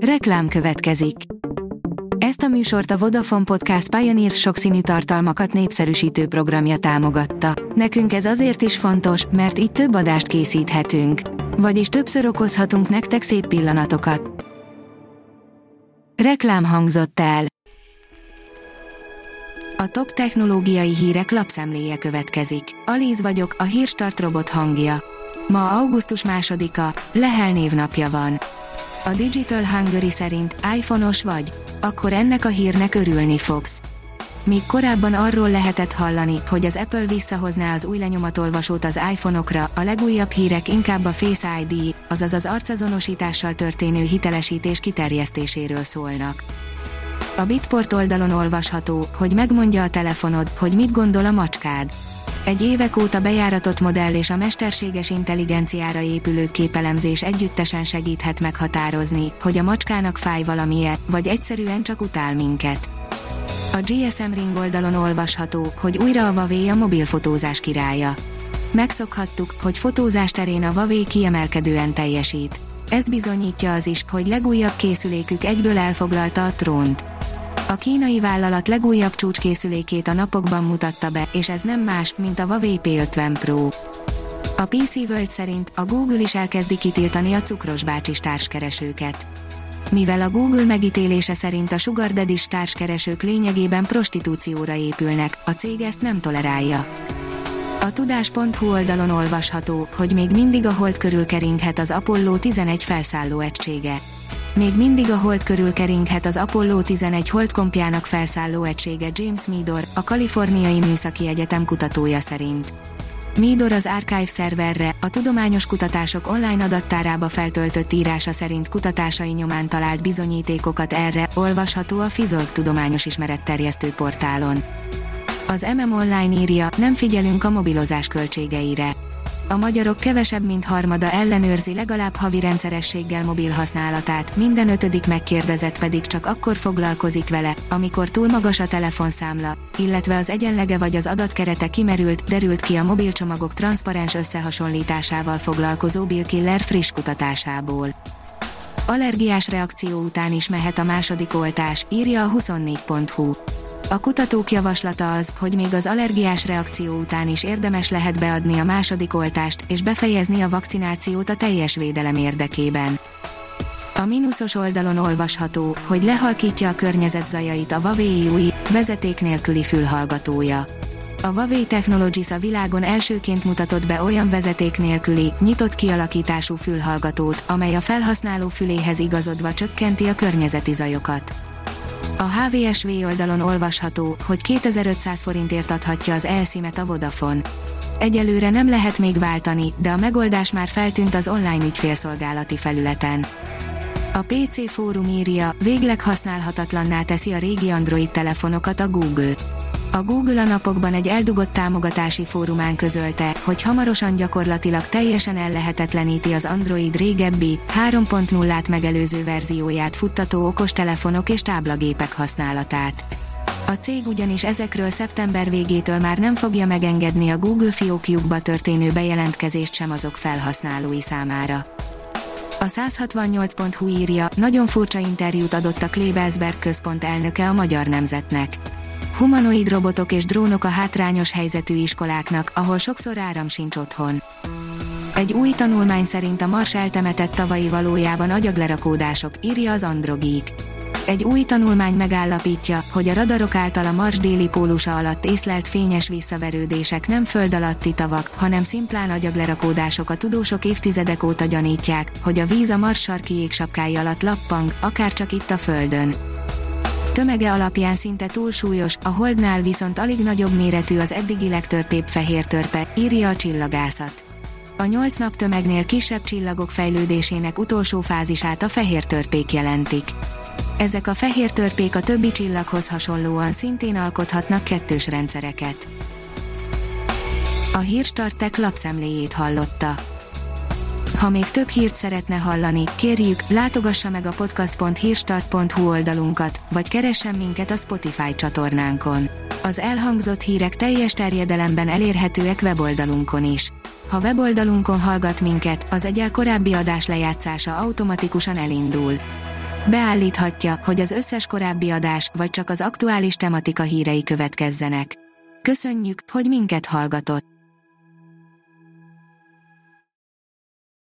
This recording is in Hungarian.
Reklám következik. Ezt a műsort a Vodafone Podcast Pioneer sokszínű tartalmakat népszerűsítő programja támogatta. Nekünk ez azért is fontos, mert így több adást készíthetünk. Vagyis többször okozhatunk nektek szép pillanatokat. Reklám hangzott el. A top technológiai hírek lapszemléje következik. Alíz vagyok, a Hírstart robot hangja. Ma augusztus 2-a, Lehel névnapja van. A Digital Hungary szerint iPhone-os vagy? Akkor ennek a hírnek örülni fogsz. Míg korábban arról lehetett hallani, hogy az Apple visszahozná az új lenyomatolvasót az iPhone-okra, a legújabb hírek inkább a Face ID, azaz az arcazonosítással történő hitelesítés kiterjesztéséről szólnak. A Bitport oldalon olvasható, hogy megmondja a telefonod, hogy mit gondol a macskád. Egy évek óta bejáratott modell és a mesterséges intelligenciára épülő képelemzés együttesen segíthet meghatározni, hogy a macskának fáj valamije, vagy egyszerűen csak utál minket. A GSM Ring oldalon olvasható, hogy újra a Huawei a mobilfotózás királya. Megszokhattuk, hogy fotózás terén a Huawei kiemelkedően teljesít. Ezt bizonyítja az is, hogy legújabb készülékük egyből elfoglalta a trónt. A kínai vállalat legújabb csúcskészülékét a napokban mutatta be, és ez nem más, mint a Huawei P50 Pro. A PC World szerint a Google is elkezdi kitiltani a cukrosbácsis társkeresőket. Mivel a Google megítélése szerint a Sugar Daddy-s társkeresők lényegében prostitúcióra épülnek, a cég ezt nem tolerálja. A tudás.hu oldalon olvasható, hogy még mindig a Hold körül keringhet az Apollo 11 felszálló egysége. Még mindig a Hold körül keringhet az Apollo 11 holdkompjának felszálló egysége James Meador, a Kaliforniai Műszaki Egyetem kutatója szerint. Meador az Archive szerverre, a tudományos kutatások online adattárába feltöltött írása szerint kutatásai nyomán talált bizonyítékokat erre, olvasható a Fizolk tudományos ismeretterjesztő portálon. Az Online írja, nem figyelünk a mobilozás költségeire. A magyarok kevesebb mint harmada ellenőrzi legalább havi rendszerességgel mobil használatát, minden ötödik megkérdezett pedig csak akkor foglalkozik vele, amikor túl magas a telefonszámla, illetve az egyenlege vagy az adatkerete kimerült, derült ki a mobilcsomagok transzparens összehasonlításával foglalkozó Bill Killer friss kutatásából. Allergiás reakció után is mehet a második oltás, írja a 24.hu. A kutatók javaslata az, hogy még az allergiás reakció után is érdemes lehet beadni a második oltást, és befejezni a vakcinációt a teljes védelem érdekében. A mínuszos oldalon olvasható, hogy lehalkítja a környezet zajait a Huawei új, vezeték nélküli fülhallgatója. A Huawei Technologies a világon elsőként mutatott be olyan vezeték nélküli, nyitott kialakítású fülhallgatót, amely a felhasználó füléhez igazodva csökkenti a környezeti zajokat. A HVSV oldalon olvasható, hogy 2500 forintért adhatja az eSIM-et a Vodafone. Egyelőre nem lehet még váltani, de a megoldás már feltűnt az online ügyfélszolgálati felületen. A PC Fórum írja, végleg használhatatlanná teszi a régi Android telefonokat a Google. A Google a napokban egy eldugott támogatási fórumán közölte, hogy hamarosan gyakorlatilag teljesen ellehetetleníti az Android régebbi, 3.0-át megelőző verzióját futtató okostelefonok és táblagépek használatát. A cég ugyanis ezekről szeptember végétől már nem fogja megengedni a Google fiókjukba történő bejelentkezést sem azok felhasználói számára. A 168.hu írja, nagyon furcsa interjút adott a Klebelsberg központ elnöke a Magyar Nemzetnek. Humanoid robotok és drónok a hátrányos helyzetű iskoláknak, ahol sokszor áram sincs otthon. Egy új tanulmány szerint a Mars eltemetett tavai valójában agyaglerakódások, írja az Androgeek. Egy új tanulmány megállapítja, hogy a radarok által a Mars déli pólusa alatt észlelt fényes visszaverődések nem föld alatti tavak, hanem szimplán agyaglerakódások. A tudósok évtizedek óta gyanítják, hogy a víz a Mars sarki jégsapkái alatt lappang, akárcsak itt a Földön. Tömege alapján szinte túlsúlyos, a Holdnál viszont alig nagyobb méretű az eddigi legtörpébb fehértörpe, írja a Csillagászat. A 8 nap tömegnél kisebb csillagok fejlődésének utolsó fázisát a fehértörpék jelentik. Ezek a fehértörpék a többi csillaghoz hasonlóan szintén alkothatnak kettős rendszereket. A Hírstart Tech lapszemléjét hallotta. Ha még több hírt szeretne hallani, kérjük, látogassa meg a podcast.hírstart.hu oldalunkat, vagy keressen minket a Spotify csatornánkon. Az elhangzott hírek teljes terjedelemben elérhetőek weboldalunkon is. Ha weboldalunkon hallgat minket, az egyel korábbi adás lejátszása automatikusan elindul. Beállíthatja, hogy az összes korábbi adás, vagy csak az aktuális tematika hírei következzenek. Köszönjük, hogy minket hallgatott!